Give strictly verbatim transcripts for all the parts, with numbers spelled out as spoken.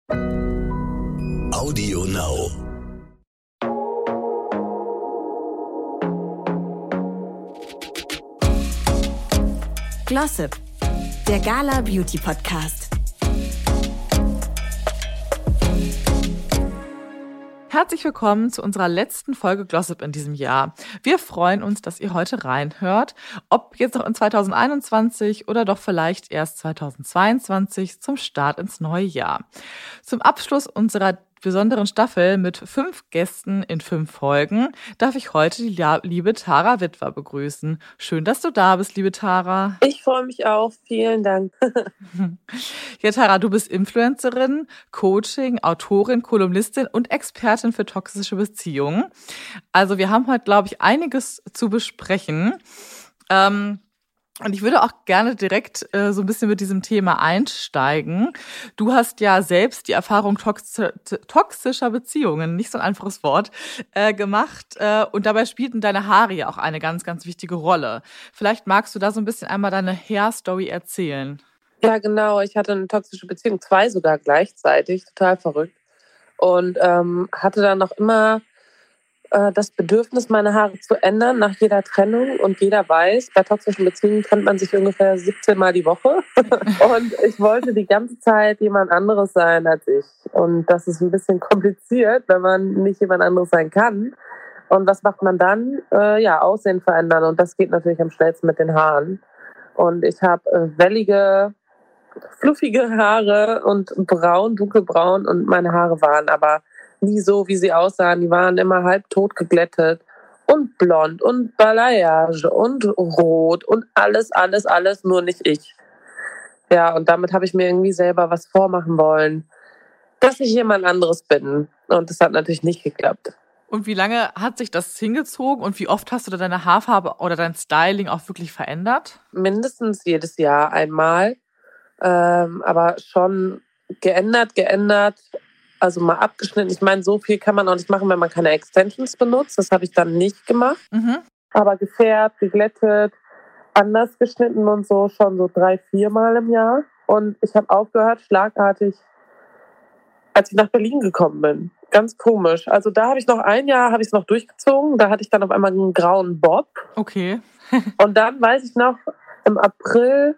Audio Now. Glossip, der Gala Beauty Podcast. Herzlich willkommen zu unserer letzten Folge Glossip in diesem Jahr. Wir freuen uns, dass ihr heute reinhört, ob jetzt noch in zwanzig einundzwanzig oder doch vielleicht erst zwanzig zweiundzwanzig zum Start ins neue Jahr. Zum Abschluss unserer besonderen Staffel mit fünf Gästen in fünf Folgen darf ich heute die liebe Tara Witwer begrüßen. Schön, dass du da bist, liebe Tara. Ich freue mich auch. Vielen Dank. Ja, Tara, du bist Influencerin, Coaching, Autorin, Kolumnistin und Expertin für toxische Beziehungen. Also wir haben heute, glaube ich, einiges zu besprechen. Ähm, Und ich würde auch gerne direkt äh, so ein bisschen mit diesem Thema einsteigen. Du hast ja selbst die Erfahrung toxi- toxischer Beziehungen, nicht so ein einfaches Wort, äh, gemacht. Äh, und dabei spielten deine Haare ja auch eine ganz, ganz wichtige Rolle. Vielleicht magst du da so ein bisschen einmal deine Hair-Story erzählen. Ja, genau. Ich hatte eine toxische Beziehung, zwei sogar gleichzeitig, total verrückt. Und ähm, hatte dann noch immer äh, das Bedürfnis, meine Haare zu ändern nach jeder Trennung. Und jeder weiß, bei toxischen Beziehungen trennt man sich ungefähr siebzehn Mal die Woche. Und ich wollte die ganze Zeit jemand anderes sein als ich. Und das ist ein bisschen kompliziert, wenn man nicht jemand anderes sein kann. Und was macht man dann? Äh, ja, Aussehen verändern. Und das geht natürlich am schnellsten mit den Haaren. Und ich habe äh, wellige, fluffige Haare und braun, dunkelbraun. Und meine Haare waren aber nie so, wie sie aussahen. Die waren immer halb tot geglättet und blond und Balayage und rot und alles, alles, alles, nur nicht ich. Ja, und damit habe ich mir irgendwie selber was vormachen wollen, dass ich jemand anderes bin. Und das hat natürlich nicht geklappt. Und wie lange hat sich das hingezogen und wie oft hast du da deine Haarfarbe oder dein Styling auch wirklich verändert? Mindestens jedes Jahr einmal, ähm, aber schon geändert, geändert, also mal abgeschnitten. Ich meine, so viel kann man auch nicht machen, wenn man keine Extensions benutzt. Das habe ich dann nicht gemacht. Mhm. Aber gefärbt, geglättet, anders geschnitten und so schon so drei, vier Mal im Jahr. Und ich habe aufgehört, schlagartig, als ich nach Berlin gekommen bin. Ganz komisch. Also da habe ich noch ein Jahr, habe ich es noch durchgezogen. Da hatte ich dann auf einmal einen grauen Bob. Okay. Und dann weiß ich noch, im April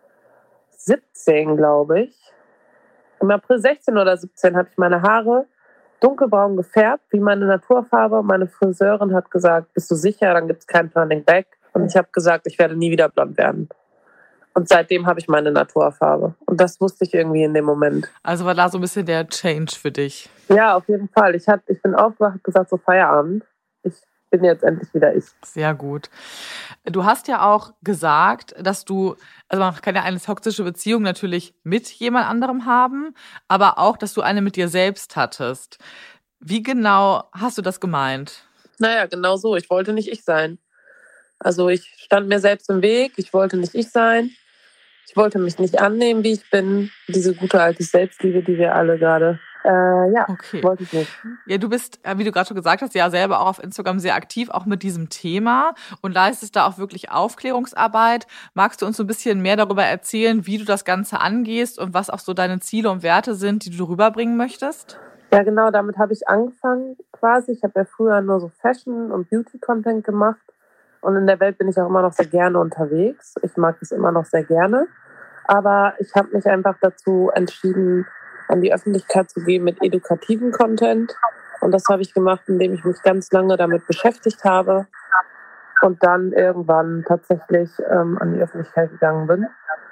siebzehn, glaube ich, im April sechzehn oder siebzehn habe ich meine Haare dunkelbraun gefärbt, wie meine Naturfarbe. Meine Friseurin hat gesagt, bist du sicher, dann gibt es kein Turning Back. Und ich habe gesagt, ich werde nie wieder blond werden. Und seitdem habe ich meine Naturfarbe. Und das wusste ich irgendwie in dem Moment. Also war da so ein bisschen der Change für dich? Ja, auf jeden Fall. Ich, hat, ich bin aufgewacht und gesagt, so Feierabend. Ich bin jetzt endlich wieder ich. Sehr gut. Du hast ja auch gesagt, dass du, also man kann ja eine toxische Beziehung natürlich mit jemand anderem haben, aber auch, dass du eine mit dir selbst hattest. Wie genau hast du das gemeint? Naja, genau so. Ich wollte nicht ich sein. Also ich stand mir selbst im Weg. Ich wollte nicht ich sein. Ich wollte mich nicht annehmen, wie ich bin. Diese gute alte Selbstliebe, die wir alle gerade... Äh, ja, okay. Wollte ich nicht. Ja, du bist, wie du gerade schon gesagt hast, ja selber auch auf Instagram sehr aktiv, auch mit diesem Thema und leistest da auch wirklich Aufklärungsarbeit. Magst du uns so ein bisschen mehr darüber erzählen, wie du das Ganze angehst und was auch so deine Ziele und Werte sind, die du rüberbringen möchtest? Ja, genau, damit habe ich angefangen quasi. Ich habe ja früher nur so Fashion- und Beauty-Content gemacht und in der Welt bin ich auch immer noch sehr gerne unterwegs. Ich mag das immer noch sehr gerne, aber ich habe mich einfach dazu entschieden, an die Öffentlichkeit zu gehen mit edukativen Content. Und das habe ich gemacht, indem ich mich ganz lange damit beschäftigt habe und dann irgendwann tatsächlich ähm, an die Öffentlichkeit gegangen bin.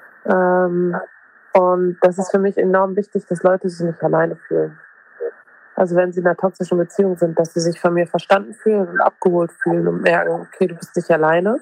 Ähm, und das ist für mich enorm wichtig, dass Leute sich nicht alleine fühlen. Also wenn sie in einer toxischen Beziehung sind, dass sie sich von mir verstanden fühlen und abgeholt fühlen und merken, okay, du bist nicht alleine.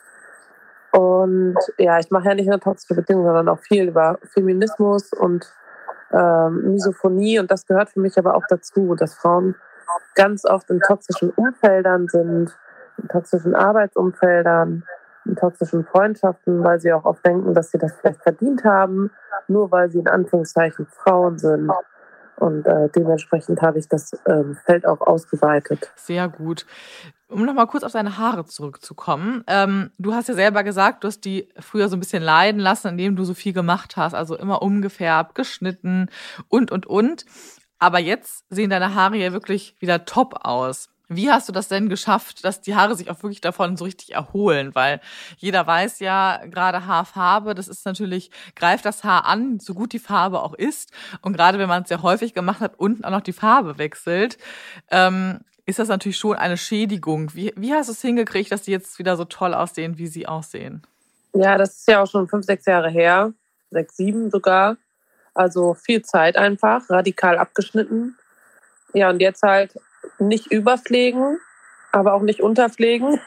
Und ja, ich mache ja nicht nur toxische Beziehungen, sondern auch viel über Feminismus und Ähm, Misophonie, und das gehört für mich aber auch dazu, dass Frauen ganz oft in toxischen Umfeldern sind, in toxischen Arbeitsumfeldern, in toxischen Freundschaften, weil sie auch oft denken, dass sie das vielleicht verdient haben, nur weil sie in Anführungszeichen Frauen sind. Und äh, dementsprechend habe ich das ähm, Feld auch ausgeweitet. Sehr gut. Um nochmal kurz auf deine Haare zurückzukommen. Ähm, du hast ja selber gesagt, du hast die früher so ein bisschen leiden lassen, indem du so viel gemacht hast. Also immer umgefärbt, geschnitten und, und, und. Aber jetzt sehen deine Haare ja wirklich wieder top aus. Wie hast du das denn geschafft, dass die Haare sich auch wirklich davon so richtig erholen? Weil jeder weiß ja, gerade Haarfarbe, das ist natürlich, greift das Haar an, so gut die Farbe auch ist. Und gerade wenn man es sehr häufig gemacht hat, unten auch noch die Farbe wechselt, ähm, ist das natürlich schon eine Schädigung. Wie, wie hast du es hingekriegt, dass die jetzt wieder so toll aussehen, wie sie aussehen? Ja, das ist ja auch schon fünf, sechs Jahre her. Sechs, sieben sogar. Also viel Zeit einfach, radikal abgeschnitten. Ja, und jetzt halt nicht überpflegen, aber auch nicht unterpflegen.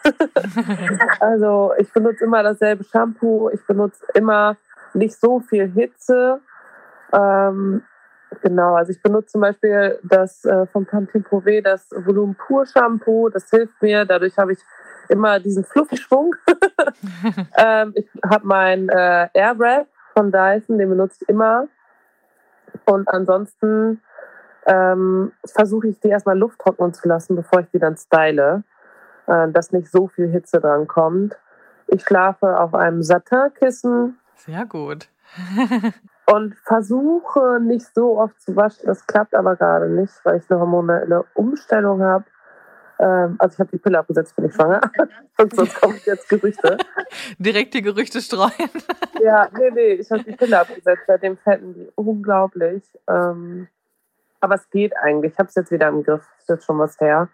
Also ich benutze immer dasselbe Shampoo. Ich benutze immer nicht so viel Hitze. Ähm, Genau, also ich benutze zum Beispiel das äh, von Pantene Pro-V, das Volumen Pur Shampoo. Das hilft mir. Dadurch habe ich immer diesen Fluffy-Schwung. ähm, ich habe meinen äh, Airwrap von Dyson, den benutze ich immer. Und ansonsten ähm, versuche ich die erstmal Luft trocknen zu lassen, bevor ich die dann style, äh, dass nicht so viel Hitze dran kommt. Ich schlafe auf einem Satin-Kissen. Sehr gut. Und versuche nicht so oft zu waschen. Das klappt aber gerade nicht, weil ich eine hormonelle Umstellung habe. Ähm, also ich habe die Pille abgesetzt, bin ich schwanger. Und sonst kommen jetzt Gerüchte. Direkt die Gerüchte streuen. Ja, nee, nee, ich habe die Pille abgesetzt. Seitdem fetten die unglaublich. Ähm, aber es geht eigentlich. Ich habe es jetzt wieder im Griff. Ist jetzt schon was her.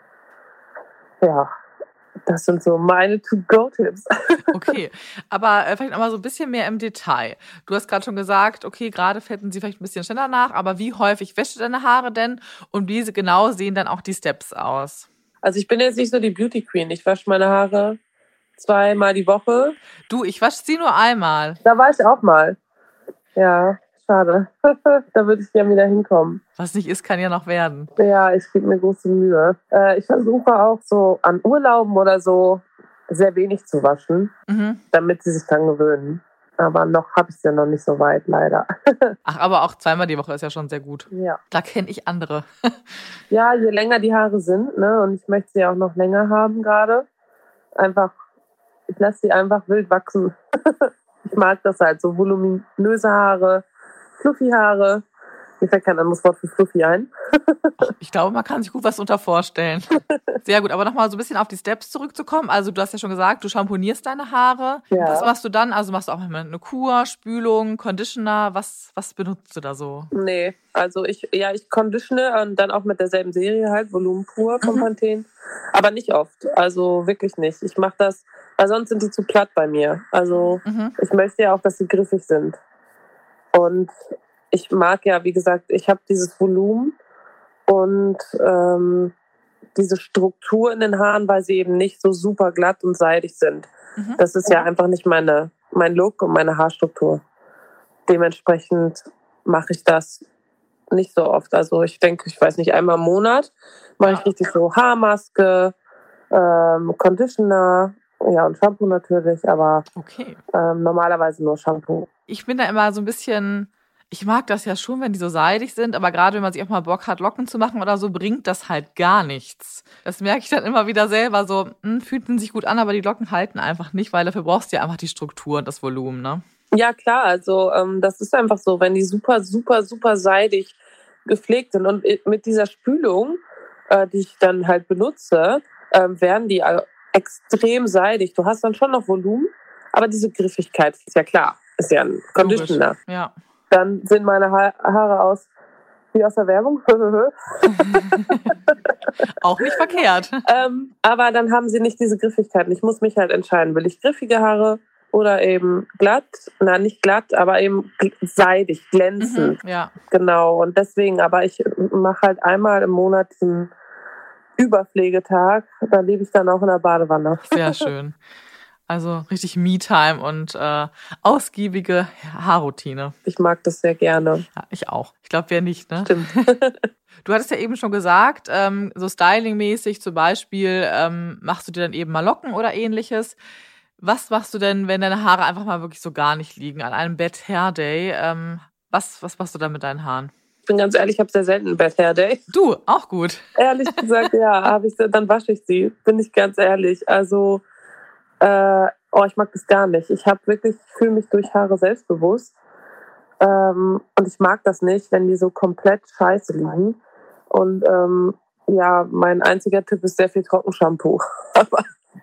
Ja. Das sind so meine To-Go-Tipps. Okay, aber äh, vielleicht nochmal so ein bisschen mehr im Detail. Du hast gerade schon gesagt, okay, gerade fetten sie vielleicht ein bisschen schneller nach, aber wie häufig wäschst du deine Haare denn und wie genau sehen dann auch die Steps aus? Also ich bin jetzt nicht so die Beauty Queen. Ich wasche meine Haare zweimal die Woche. Du, ich wasche sie nur einmal. Da war ich auch mal. Ja, schade. Da würde ich gerne wieder hinkommen. Was nicht ist, kann ja noch werden. Ja, ich gebe mir große Mühe. Äh, ich versuche auch so an Urlauben oder so sehr wenig zu waschen, Mhm. damit sie sich dann gewöhnen. Aber noch habe ich es ja noch nicht so weit, leider. Ach, aber auch zweimal die Woche ist ja schon sehr gut. Ja. Da kenne ich andere. Ja, je länger die Haare sind, ne, und ich möchte sie auch noch länger haben gerade. Einfach, ich lasse sie einfach wild wachsen. Ich mag das halt, so voluminöse Haare, fluffy Haare. Mir fällt kein anderes Wort für fluffy ein. Ich glaube, man kann sich gut was darunter vorstellen. Sehr gut, aber nochmal so ein bisschen auf die Steps zurückzukommen. Also du hast ja schon gesagt, du shampoonierst deine Haare. Ja. Was machst du dann? Also machst du auch eine Kur, Spülung, Conditioner? Was, was benutzt du da so? Nee, also ich, ja, ich conditione und dann auch mit derselben Serie halt, Volumen Pur von Mhm. Pantene. Aber nicht oft, also wirklich nicht. Ich mache das, weil sonst sind die zu platt bei mir. Also Mhm. ich möchte ja auch, dass sie griffig sind. Und ich mag ja, wie gesagt, ich habe dieses Volumen und ähm, diese Struktur in den Haaren, weil sie eben nicht so super glatt und seidig sind. Mhm. Das ist ja einfach nicht meine, mein Look und meine Haarstruktur. Dementsprechend mache ich das nicht so oft. Also ich denke, ich weiß nicht, einmal im Monat mache ich richtig so Haarmaske, ähm, Conditioner, ja und Shampoo natürlich, aber Okay. ähm, normalerweise nur Shampoo. Ich bin da immer so ein bisschen, ich mag das ja schon, wenn die so seidig sind, aber gerade wenn man sich auch mal Bock hat, Locken zu machen oder so, bringt das halt gar nichts. Das merke ich dann immer wieder selber so, hm, fühlen sich gut an, aber die Locken halten einfach nicht, weil dafür brauchst du ja einfach die Struktur und das Volumen, ne? Ja, klar, also ähm, das ist einfach so, wenn die super, super, super seidig gepflegt sind und mit dieser Spülung, äh, die ich dann halt benutze, äh, werden die äh, extrem seidig. Du hast dann schon noch Volumen, aber diese Griffigkeit ist ja klar, ist ja ein Conditioner. Logisch. Ja. Dann sehen meine ha- Haare aus wie aus der Werbung. Auch nicht verkehrt. ähm, aber dann haben sie nicht diese Griffigkeit. Ich muss mich halt entscheiden, will ich griffige Haare oder eben glatt, na nicht glatt, aber eben gl- seidig, glänzend. Mhm, ja. Genau, und deswegen, aber ich mache halt einmal im Monat diesen Überpflegetag, da lebe ich dann auch in der Badewanne. Sehr schön. Also richtig Me-Time und äh, ausgiebige Haarroutine. Ich mag das sehr gerne. Ja, ich auch. Ich glaube, wer nicht, ne? Stimmt. Du hattest ja eben schon gesagt, ähm, so stylingmäßig zum Beispiel ähm, machst du dir dann eben mal Locken oder ähnliches. Was machst du denn, wenn deine Haare einfach mal wirklich so gar nicht liegen? An einem Bad Hair Day, ähm, was, was machst du dann mit deinen Haaren? Ich bin ganz ehrlich, ich habe sehr selten ein Bad Hair Day. Du, auch gut. Ehrlich gesagt, ja, habe ich, dann wasche ich sie. Bin ich ganz ehrlich. Also, äh, oh, ich mag das gar nicht. Ich habe wirklich, ich fühle mich durch Haare selbstbewusst. Ähm, und ich mag das nicht, wenn die so komplett scheiße liegen. Und ähm, ja, mein einziger Tipp ist sehr viel Trockenshampoo. Aber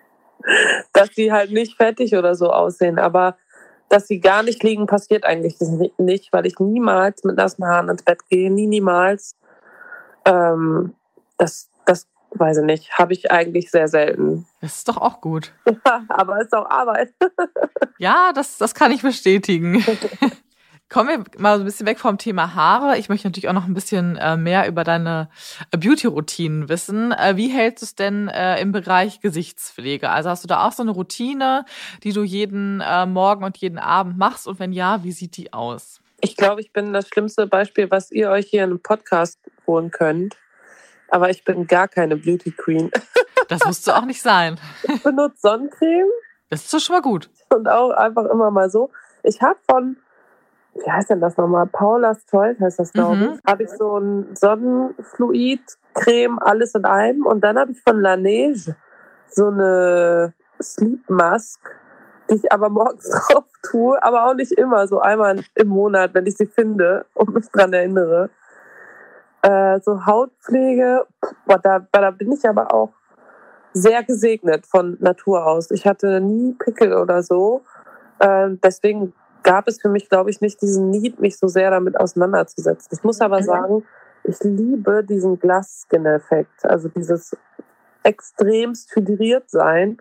dass die halt nicht fettig oder so aussehen. Aber dass sie gar nicht liegen, passiert eigentlich nicht, weil ich niemals mit nassen Haaren ins Bett gehe. Nie, niemals. Ähm, das, das weiß ich nicht. Habe ich eigentlich sehr selten. Das ist doch auch gut. Aber es ist auch Arbeit. Ja, das, das kann ich bestätigen. Kommen wir mal so ein bisschen weg vom Thema Haare. Ich möchte natürlich auch noch ein bisschen äh, mehr über deine äh, Beauty-Routinen wissen. Äh, wie hältst du es denn äh, im Bereich Gesichtspflege? Also hast du da auch so eine Routine, die du jeden äh, Morgen und jeden Abend machst? Und wenn ja, wie sieht die aus? Ich glaube, ich bin das schlimmste Beispiel, was ihr euch hier in einem Podcast holen könnt. Aber ich bin gar keine Beauty Queen. Das musst du auch nicht sein. Ich benutze Sonnencreme. Das ist doch schon mal gut. Und auch einfach immer mal so. Ich habe von... Wie heißt denn das nochmal? Paula's Choice heißt das, glaube ich. Mhm. Habe ich so ein Sonnenfluid, Creme, alles in einem. Und dann habe ich von Laneige so eine Sleep Mask, die ich aber morgens drauf tue, aber auch nicht immer, so einmal im Monat, wenn ich sie finde und mich dran erinnere. Äh, so Hautpflege, boah, da, da bin ich aber auch sehr gesegnet von Natur aus. Ich hatte nie Pickel oder so. Äh, deswegen gab es für mich, glaube ich, nicht diesen Need, mich so sehr damit auseinanderzusetzen. Ich muss aber sagen, ich liebe diesen Glass-Skin-Effekt, also dieses extremst hydriert sein.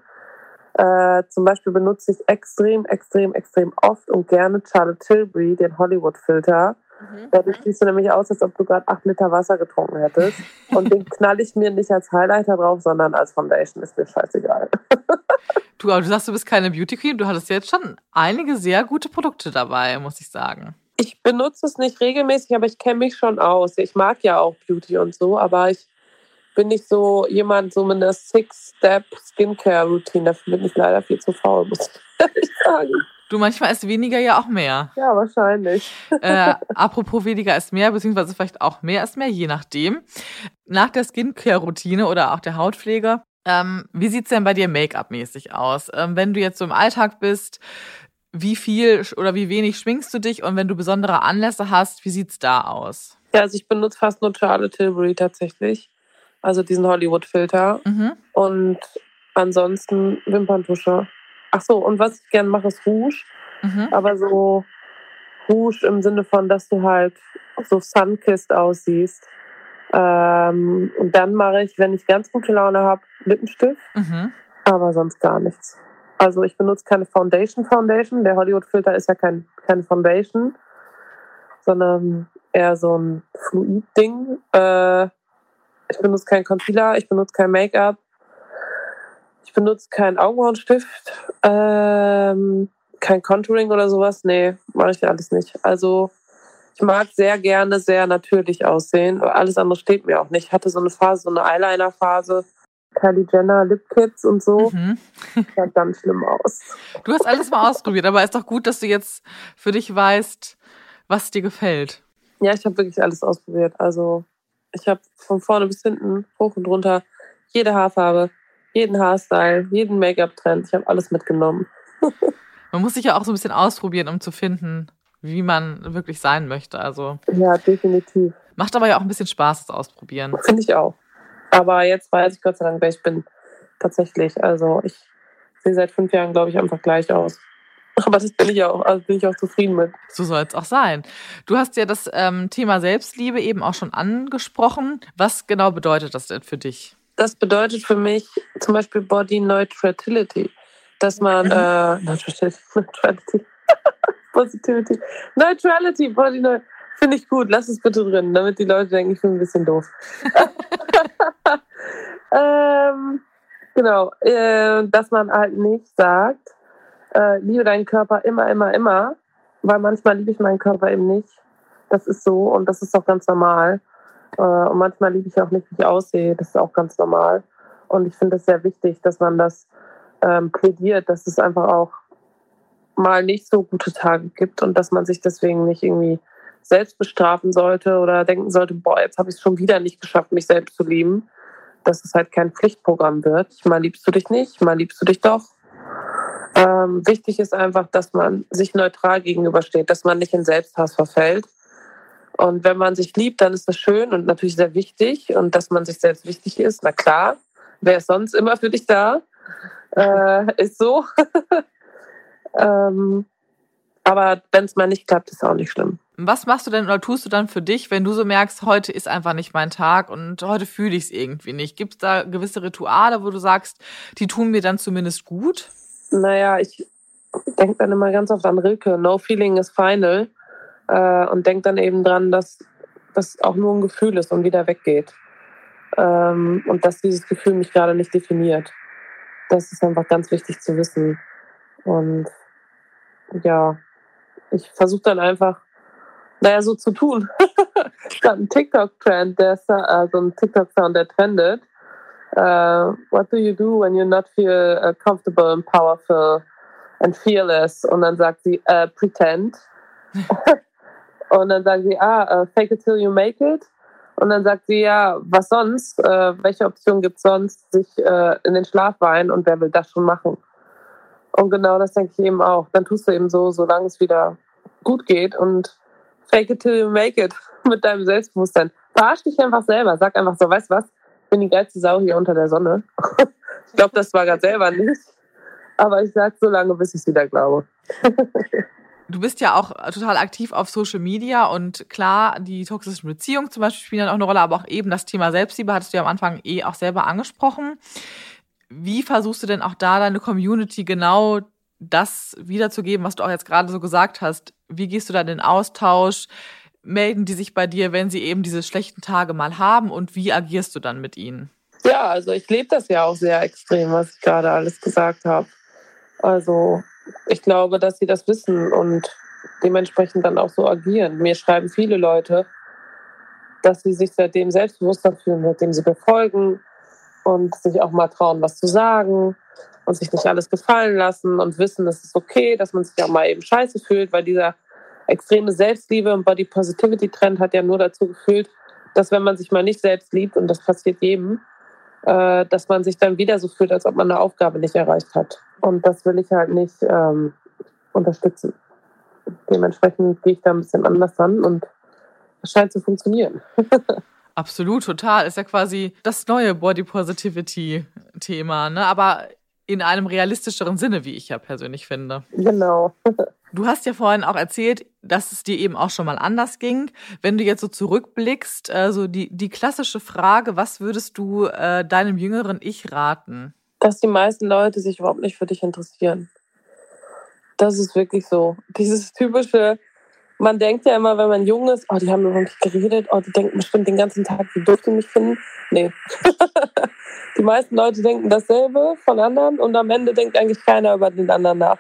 Äh, zum Beispiel benutze ich extrem, extrem, extrem oft und gerne Charlotte Tilbury, den Hollywood-Filter. Mhm. Dadurch siehst du nämlich aus, als ob du gerade acht Liter Wasser getrunken hättest. Und den knall ich mir nicht als Highlighter drauf, sondern als Foundation. Ist mir scheißegal. Du, aber du sagst, du bist keine Beauty Queen. Du hattest jetzt schon einige sehr gute Produkte dabei, muss ich sagen. Ich benutze es nicht regelmäßig, aber ich kenne mich schon aus. Ich mag ja auch Beauty und so, aber ich bin nicht so jemand so mit einer Six-Step-Skincare-Routine. Dafür bin ich leider viel zu faul, muss ich sagen. Du, manchmal ist weniger ja auch mehr. Ja, wahrscheinlich. Äh, apropos weniger ist mehr, beziehungsweise vielleicht auch mehr ist mehr, je nachdem. Nach der Skincare-Routine oder auch der Hautpflege, ähm, wie sieht's denn bei dir Make-up-mäßig aus? Ähm, wenn du jetzt so im Alltag bist, wie viel oder wie wenig schminkst du dich? Und wenn du besondere Anlässe hast, wie sieht's da aus? Ja, also ich benutze fast nur Charlotte Tilbury tatsächlich. Also diesen Hollywood-Filter. Mhm. Und ansonsten Wimperntusche. Ach so, und was ich gerne mache, ist Rouge. Mhm. Aber so Rouge im Sinne von, dass du halt so sun-kissed aussiehst. Ähm, und dann mache ich, wenn ich ganz gute Laune habe, Lippenstift. Mhm. Aber sonst gar nichts. Also ich benutze keine Foundation Foundation. Der Hollywood-Filter ist ja kein, keine Foundation, sondern eher so ein Fluid-Ding. Äh, ich benutze keinen Concealer, ich benutze kein Make-up. Ich benutze keinen Augenbrauenstift, ähm, kein Contouring oder sowas. Nee, mache ich alles nicht. Also ich mag sehr gerne sehr natürlich aussehen. Aber alles andere steht mir auch nicht. Ich hatte so eine Phase, so eine Eyeliner-Phase. Kylie Jenner, Lip Kits und so. Mhm. Sah ganz schlimm aus. Du hast alles mal ausprobiert, aber ist doch gut, dass du jetzt für dich weißt, was dir gefällt. Ja, ich habe wirklich alles ausprobiert. Also ich habe von vorne bis hinten, hoch und runter, jede Haarfarbe, jeden Haarstyle, jeden Make-up-Trend. Ich habe alles mitgenommen. Man muss sich ja auch so ein bisschen ausprobieren, um zu finden, wie man wirklich sein möchte. Also ja, definitiv. Macht aber ja auch ein bisschen Spaß, das Ausprobieren. Finde ich auch. Aber jetzt weiß ich Gott sei Dank, wer ich bin. Tatsächlich. Also ich sehe seit fünf Jahren, glaube ich, einfach gleich aus. Aber das bin ich auch, also bin ich auch zufrieden mit. So soll es auch sein. Du hast ja das ähm, Thema Selbstliebe eben auch schon angesprochen. Was genau bedeutet das denn für dich? Das bedeutet für mich zum Beispiel Body Neutrality. Dass man, mhm. äh, Neutrality, Positivity, Neutrality, Body Neutrality. Finde ich gut, lass es bitte drin, damit die Leute denken, ich bin ein bisschen doof. ähm, genau, äh, dass man halt nicht sagt, äh, liebe deinen Körper immer, immer, immer, weil manchmal liebe ich meinen Körper eben nicht. Das ist so und das ist auch ganz normal. Äh, und manchmal liebe ich auch nicht, wie ich aussehe, das ist auch ganz normal. Und ich finde es sehr wichtig, dass man das ähm, plädiert, dass es einfach auch mal nicht so gute Tage gibt und dass man sich deswegen nicht irgendwie selbst bestrafen sollte oder denken sollte, boah, jetzt habe ich es schon wieder nicht geschafft, mich selbst zu lieben, dass es halt kein Pflichtprogramm wird. Mal liebst du dich nicht, mal liebst du dich doch. Ähm, wichtig ist einfach, dass man sich neutral gegenübersteht, dass man nicht in Selbsthass verfällt. Und wenn man sich liebt, dann ist das schön und natürlich sehr wichtig. Und dass man sich selbst wichtig ist, na klar, wer ist sonst immer für dich da? Äh, ist so. ähm, aber wenn es mal nicht klappt, ist auch nicht schlimm. Was machst du denn oder tust du dann für dich, wenn du so merkst, heute ist einfach nicht mein Tag und heute fühle ich es irgendwie nicht? Gibt es da gewisse Rituale, wo du sagst, die tun mir dann zumindest gut? Naja, ich denke dann immer ganz oft an Rilke, no feeling is final. Äh, und denke dann eben dran, dass das auch nur ein Gefühl ist und wieder weggeht. Ähm, und dass dieses Gefühl mich gerade nicht definiert. Das ist einfach ganz wichtig zu wissen. Und ja, ich versuche dann einfach, naja, so zu tun. Es gab einen TikTok-Trend, der ist, äh, so ein TikTok-Sound, der trendet. Uh, what do you do when you not feel uh, comfortable and powerful and fearless? Und dann sagt sie, uh, pretend. Und dann sagt sie, ah, uh, fake it till you make it. Und dann sagt sie, ja, was sonst? Uh, welche Option gibt es sonst? Sich uh, in den Schlaf weinen und wer will das schon machen? Und genau das denke ich eben auch. Dann tust du eben so, solange es wieder gut geht und fake it till you make it mit deinem Selbstbewusstsein. Verarsch dich einfach selber. Sag einfach so, weißt du was? Ich bin die geilste Sau hier unter der Sonne. Ich glaube, das war gerade selber nicht. Aber ich sage so lange, bis ich es wieder glaube. Du bist ja auch total aktiv auf Social Media und klar, die toxischen Beziehungen zum Beispiel spielen dann auch eine Rolle, aber auch eben das Thema Selbstliebe hattest du ja am Anfang eh auch selber angesprochen. Wie versuchst du denn auch da deine Community genau das wiederzugeben, was du auch jetzt gerade so gesagt hast? Wie gehst du da in den Austausch? Melden die sich bei dir, wenn sie eben diese schlechten Tage mal haben und wie agierst du dann mit ihnen? Ja, also ich lebe das ja auch sehr extrem, was ich gerade alles gesagt habe. Also ich glaube, dass sie das wissen und dementsprechend dann auch so agieren. Mir schreiben viele Leute, dass sie sich seitdem selbstbewusster fühlen, seitdem sie befolgen und sich auch mal trauen, was zu sagen und sich nicht alles gefallen lassen und wissen, es ist okay, dass man sich auch mal eben scheiße fühlt, weil dieser extreme Selbstliebe und Body Positivity Trend hat ja nur dazu geführt, dass wenn man sich mal nicht selbst liebt, und das passiert jedem, äh, dass man sich dann wieder so fühlt, als ob man eine Aufgabe nicht erreicht hat. Und das will ich halt nicht ähm, unterstützen. Dementsprechend gehe ich da ein bisschen anders ran und es scheint zu funktionieren. Absolut, total. Ist ja quasi das neue Body Positivity Thema, ne? Aber in einem realistischeren Sinne, wie ich ja persönlich finde. Genau. Du hast ja vorhin auch erzählt, dass es dir eben auch schon mal anders ging. Wenn du jetzt so zurückblickst, also die, die klassische Frage, was würdest du äh, deinem jüngeren Ich raten? Dass die meisten Leute sich überhaupt nicht für dich interessieren. Das ist wirklich so. Dieses typische, man denkt ja immer, wenn man jung ist, oh, die haben über mich geredet, oh, die denken bestimmt den ganzen Tag, wie doof die mich finden. Nee. Die meisten Leute denken dasselbe von anderen und am Ende denkt eigentlich keiner über den anderen nach.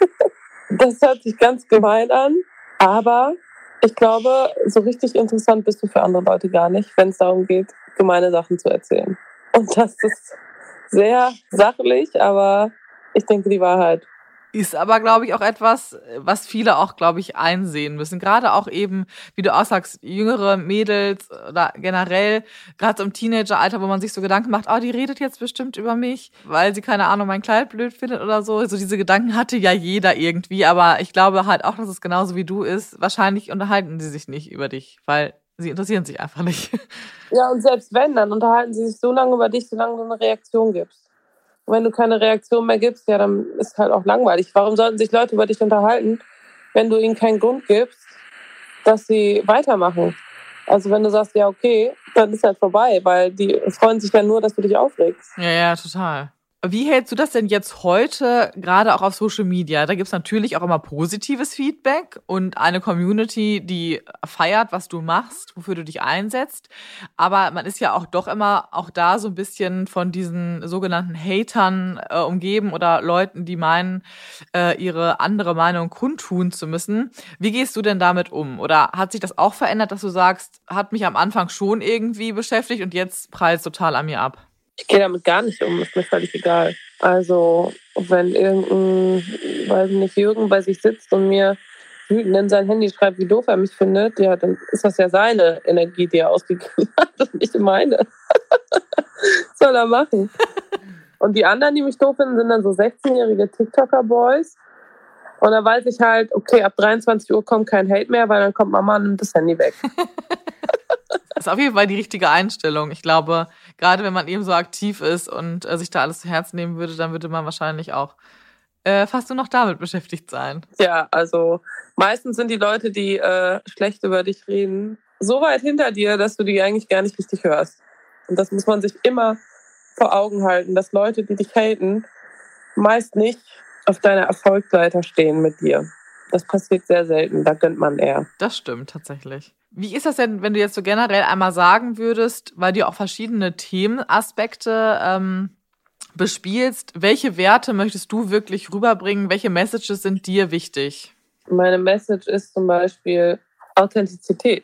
Das hört sich ganz gemein an, aber ich glaube, so richtig interessant bist du für andere Leute gar nicht, wenn es darum geht, gemeine Sachen zu erzählen. Und das ist sehr sachlich, aber ich denke die Wahrheit. Ist aber, glaube ich, auch etwas, was viele auch, glaube ich, einsehen müssen. Gerade auch eben, wie du auch sagst, jüngere Mädels oder generell, gerade so im Teenageralter, wo man sich so Gedanken macht, oh, die redet jetzt bestimmt über mich, weil sie, keine Ahnung, mein Kleid blöd findet oder so. So diese Gedanken hatte ja jeder irgendwie, aber ich glaube halt auch, dass es genauso wie du ist. Wahrscheinlich unterhalten sie sich nicht über dich, weil sie interessieren sich einfach nicht. Ja, und selbst wenn, dann unterhalten sie sich so lange über dich, solange du eine Reaktion gibst. Und wenn du keine Reaktion mehr gibst, ja, dann ist halt auch langweilig. Warum sollten sich Leute über dich unterhalten, wenn du ihnen keinen Grund gibst, dass sie weitermachen? Also wenn du sagst, ja, okay, dann ist halt vorbei, weil die freuen sich ja nur, dass du dich aufregst. Ja, ja, total. Wie hältst du das denn jetzt heute, gerade auch auf Social Media? Da gibt's natürlich auch immer positives Feedback und eine Community, die feiert, was du machst, wofür du dich einsetzt. Aber man ist ja auch doch immer auch da so ein bisschen von diesen sogenannten Hatern äh, umgeben oder Leuten, die meinen, äh, ihre andere Meinung kundtun zu müssen. Wie gehst du denn damit um? Oder hat sich das auch verändert, dass du sagst, hat mich am Anfang schon irgendwie beschäftigt und jetzt prallt es total an mir ab? Ich gehe damit gar nicht um, ist mir völlig egal. Also wenn irgendein, weiß nicht, Jürgen bei sich sitzt und mir wütend in sein Handy schreibt, wie doof er mich findet, ja, dann ist das ja seine Energie, die er ausgegeben hat und nicht meine. Was soll er machen? Und die anderen, die mich doof finden, sind dann so sechzehnjährige TikToker-Boys. Und da weiß ich halt, okay, ab dreiundzwanzig Uhr kommt kein Hate mehr, weil dann kommt Mama und nimmt das Handy weg. Das ist auf jeden Fall die richtige Einstellung. Ich glaube, gerade wenn man eben so aktiv ist und äh, sich da alles zu Herzen nehmen würde, dann würde man wahrscheinlich auch äh, fast nur noch damit beschäftigt sein. Ja, also meistens sind die Leute, die äh, schlecht über dich reden, so weit hinter dir, dass du die eigentlich gar nicht richtig hörst. Und das muss man sich immer vor Augen halten, dass Leute, die dich haten, meist nicht auf deiner Erfolgsleiter stehen mit dir. Das passiert sehr selten, da gönnt man eher. Das stimmt tatsächlich. Wie ist das denn, wenn du jetzt so generell einmal sagen würdest, weil du auch verschiedene Themenaspekte ähm, bespielst, welche Werte möchtest du wirklich rüberbringen? Welche Messages sind dir wichtig? Meine Message ist zum Beispiel Authentizität.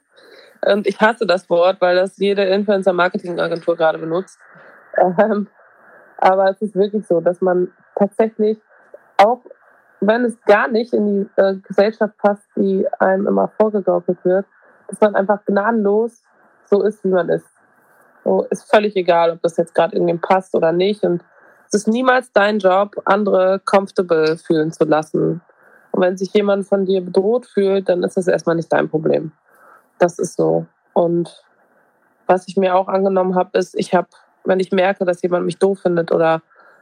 Und ich hasse das Wort, weil das jede Influencer-Marketing-Agentur gerade benutzt. Ähm, aber es ist wirklich so, dass man tatsächlich, auch wenn es gar nicht in die äh, Gesellschaft passt, die einem immer vorgegaukelt wird, dass man einfach gnadenlos so ist, wie man ist. So ist völlig egal, ob das jetzt gerade irgendwem passt oder nicht. Und es ist niemals dein Job, andere comfortable fühlen zu lassen. Und wenn sich jemand von dir bedroht fühlt, dann ist das erstmal nicht dein Problem. Das ist so. Und was ich mir auch angenommen habe, ist, ich habe, wenn ich merke, dass jemand mich doof findet oder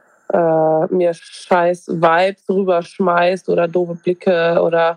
äh, mir scheiß Vibes rüberschmeißt oder doofe Blicke oder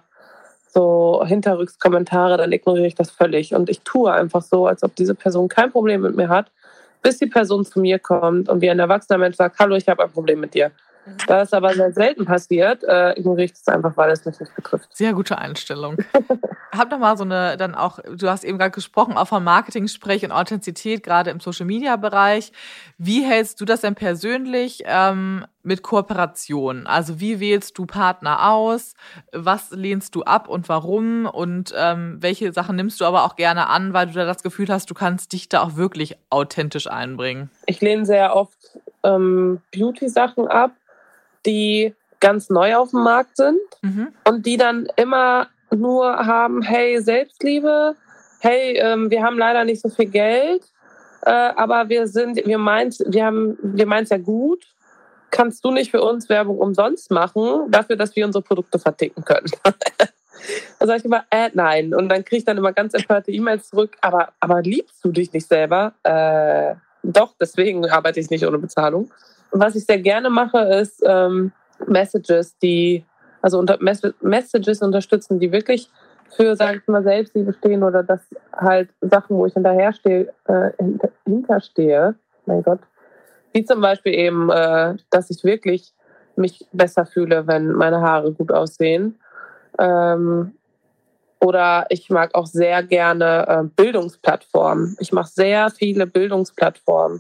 so Hinterrückskommentare, dann ignoriere ich das völlig. Und ich tue einfach so, als ob diese Person kein Problem mit mir hat, bis die Person zu mir kommt und wie ein erwachsener Mensch sagt, hallo, ich habe ein Problem mit dir. Da es aber sehr selten passiert, äh, ignoriere ich das einfach, weil es mich nicht betrifft. Sehr gute Einstellung. Hab doch mal so eine, dann auch, du hast eben gerade gesprochen, auch vom Marketing-Sprech und Authentizität, gerade im Social-Media-Bereich. Wie hältst du das denn persönlich ähm, mit Kooperation? Also wie wählst du Partner aus? Was lehnst du ab und warum? Und ähm, welche Sachen nimmst du aber auch gerne an, weil du da das Gefühl hast, du kannst dich da auch wirklich authentisch einbringen? Ich lehne sehr oft ähm, Beauty-Sachen ab, die ganz neu auf dem Markt sind mhm. und die dann immer nur haben, hey, Selbstliebe, hey, ähm, wir haben leider nicht so viel Geld, äh, aber wir sind, wir meint, wir haben, wir meint's ja gut. Kannst du nicht für uns Werbung umsonst machen, dafür, dass wir unsere Produkte verticken können? Dann sage ich immer, äh, nein. Und dann kriege ich dann immer ganz empörte E-Mails zurück, aber, aber liebst du dich nicht selber? Äh, doch, deswegen arbeite ich nicht ohne Bezahlung. Und was ich sehr gerne mache, ist ähm, Messages, die, also unter, Mes- Messages unterstützen, die wirklich für, sage ich mal, Selbstliebe stehen oder dass halt Sachen, wo ich hinterher stehe, äh, hinter, hinterstehe, mein Gott, wie zum Beispiel eben, äh, dass ich wirklich mich besser fühle, wenn meine Haare gut aussehen. Ähm, oder ich mag auch sehr gerne äh, Bildungsplattformen. Ich mache sehr viele Bildungsplattformen.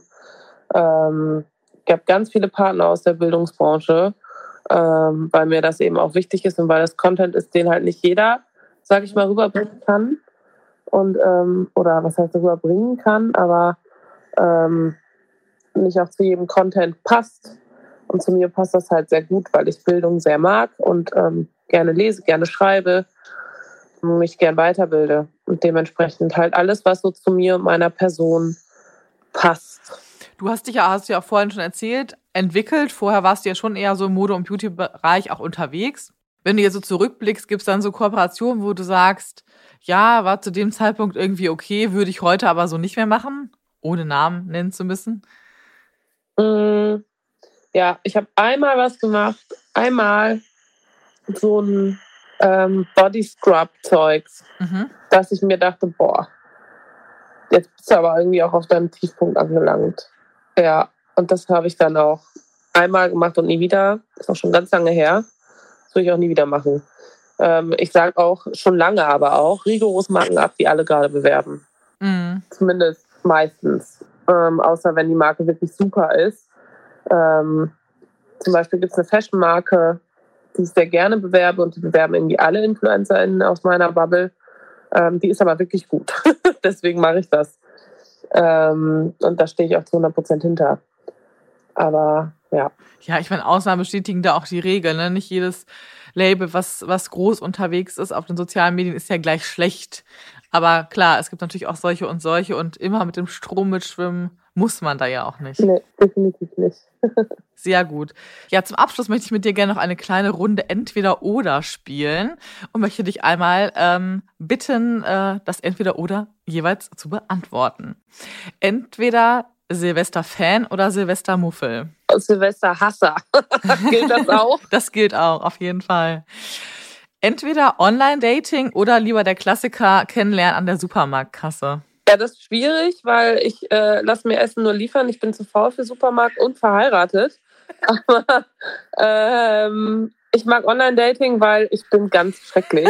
Ähm, ich habe ganz viele Partner aus der Bildungsbranche, ähm, weil mir das eben auch wichtig ist und weil das Content ist, den halt nicht jeder, sage ich mal, rüberbringen kann. Und, ähm, oder was heißt rüberbringen kann, aber ähm, nicht auch zu jedem Content passt. Und zu mir passt das halt sehr gut, weil ich Bildung sehr mag und ähm, gerne lese, gerne schreibe, mich gern weiterbilde. Und dementsprechend halt alles, was so zu mir und meiner Person passt. Du hast dich ja, hast du ja auch vorhin schon erzählt, entwickelt. Vorher warst du ja schon eher so im Mode- und Beauty-Bereich auch unterwegs. Wenn du jetzt so zurückblickst, gibt es dann so Kooperationen, wo du sagst, ja, war zu dem Zeitpunkt irgendwie okay, würde ich heute aber so nicht mehr machen, ohne Namen nennen zu müssen? Mm, ja, ich habe einmal was gemacht, einmal so ein ähm, Body-Scrub-Zeugs, mhm. dass ich mir dachte, boah, jetzt bist du aber irgendwie auch auf deinem Tiefpunkt angelangt. Ja, und das habe ich dann auch einmal gemacht und nie wieder. Das ist auch schon ganz lange her. Das will ich auch nie wieder machen. Ähm, ich sage auch schon lange aber auch rigoros Marken ab, die alle gerade bewerben. Mhm. Zumindest meistens. Ähm, außer wenn die Marke wirklich super ist. Ähm, zum Beispiel gibt es eine Fashion-Marke, die ich sehr gerne bewerbe und die bewerben irgendwie alle InfluencerInnen aus meiner Bubble. Ähm, die ist aber wirklich gut. Deswegen mache ich das. Ähm, und da stehe ich auch zu hundert Prozent hinter. Aber ja. Ja, ich meine, Ausnahmen bestätigen da auch die Regel. Ne? Nicht jedes Label, was, was groß unterwegs ist auf den sozialen Medien, ist ja gleich schlecht. Aber klar, es gibt natürlich auch solche und solche und immer mit dem Strom mitschwimmen muss man da ja auch nicht. Nee, definitiv nicht. Sehr gut. Ja, zum Abschluss möchte ich mit dir gerne noch eine kleine Runde Entweder-Oder spielen und möchte dich einmal ähm, bitten, äh, das Entweder-Oder jeweils zu beantworten. Entweder Silvester-Fan oder Silvester-Muffel? Silvester-Hasser. Gilt das auch? Das gilt auch, auf jeden Fall. Entweder Online-Dating oder lieber der Klassiker Kennenlernen an der Supermarktkasse? Ja, das ist schwierig, weil ich äh, lasse mir Essen nur liefern. Ich bin zu faul für Supermarkt und verheiratet. Aber ähm, ich mag Online-Dating, weil ich bin ganz schrecklich.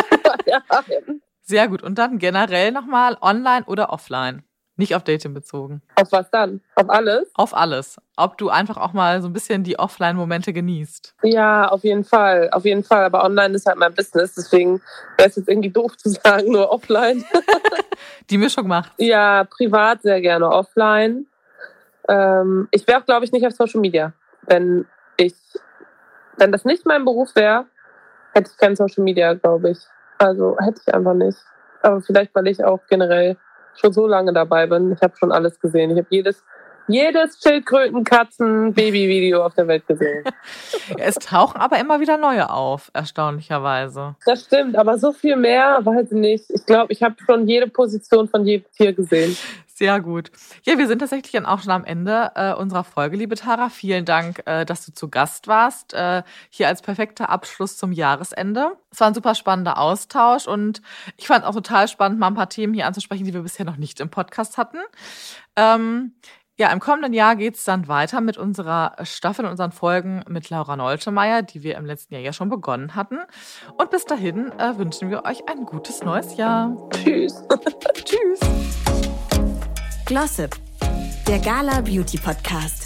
Sehr gut. Und dann generell nochmal online oder offline? Nicht auf Dating bezogen. Auf was dann? Auf alles? Auf alles. Ob du einfach auch mal so ein bisschen die Offline-Momente genießt. Ja, auf jeden Fall. Auf jeden Fall. Aber online ist halt mein Business. Deswegen wäre es jetzt irgendwie doof zu sagen, nur offline. Die Mischung macht. Ja, privat sehr gerne offline. Ähm, ich wäre auch, glaube ich, nicht auf Social Media. Wenn ich, wenn das nicht mein Beruf wäre, hätte ich kein Social Media, glaube ich. Also hätte ich einfach nicht. Aber vielleicht, weil ich auch generell schon so lange dabei bin. Ich habe schon alles gesehen. Ich habe jedes, jedes Schildkröten-, Katzen-, Baby-Video auf der Welt gesehen. Es tauchen aber immer wieder neue auf, erstaunlicherweise. Das stimmt, aber so viel mehr, weiß ich nicht. Ich glaube, ich habe schon jede Position von jedem Tier gesehen. Sehr gut. Ja, wir sind tatsächlich dann auch schon am Ende äh, unserer Folge, liebe Tara. Vielen Dank, äh, dass du zu Gast warst, äh, hier als perfekter Abschluss zum Jahresende. Es war ein super spannender Austausch und ich fand auch total spannend, mal ein paar Themen hier anzusprechen, die wir bisher noch nicht im Podcast hatten. Ähm, ja, im kommenden Jahr geht's dann weiter mit unserer Staffel und unseren Folgen mit Laura Noltemeyer, die wir im letzten Jahr ja schon begonnen hatten. Und bis dahin äh, wünschen wir euch ein gutes neues Jahr. Tschüss. Tschüss. Glossip, der Gala Beauty Podcast.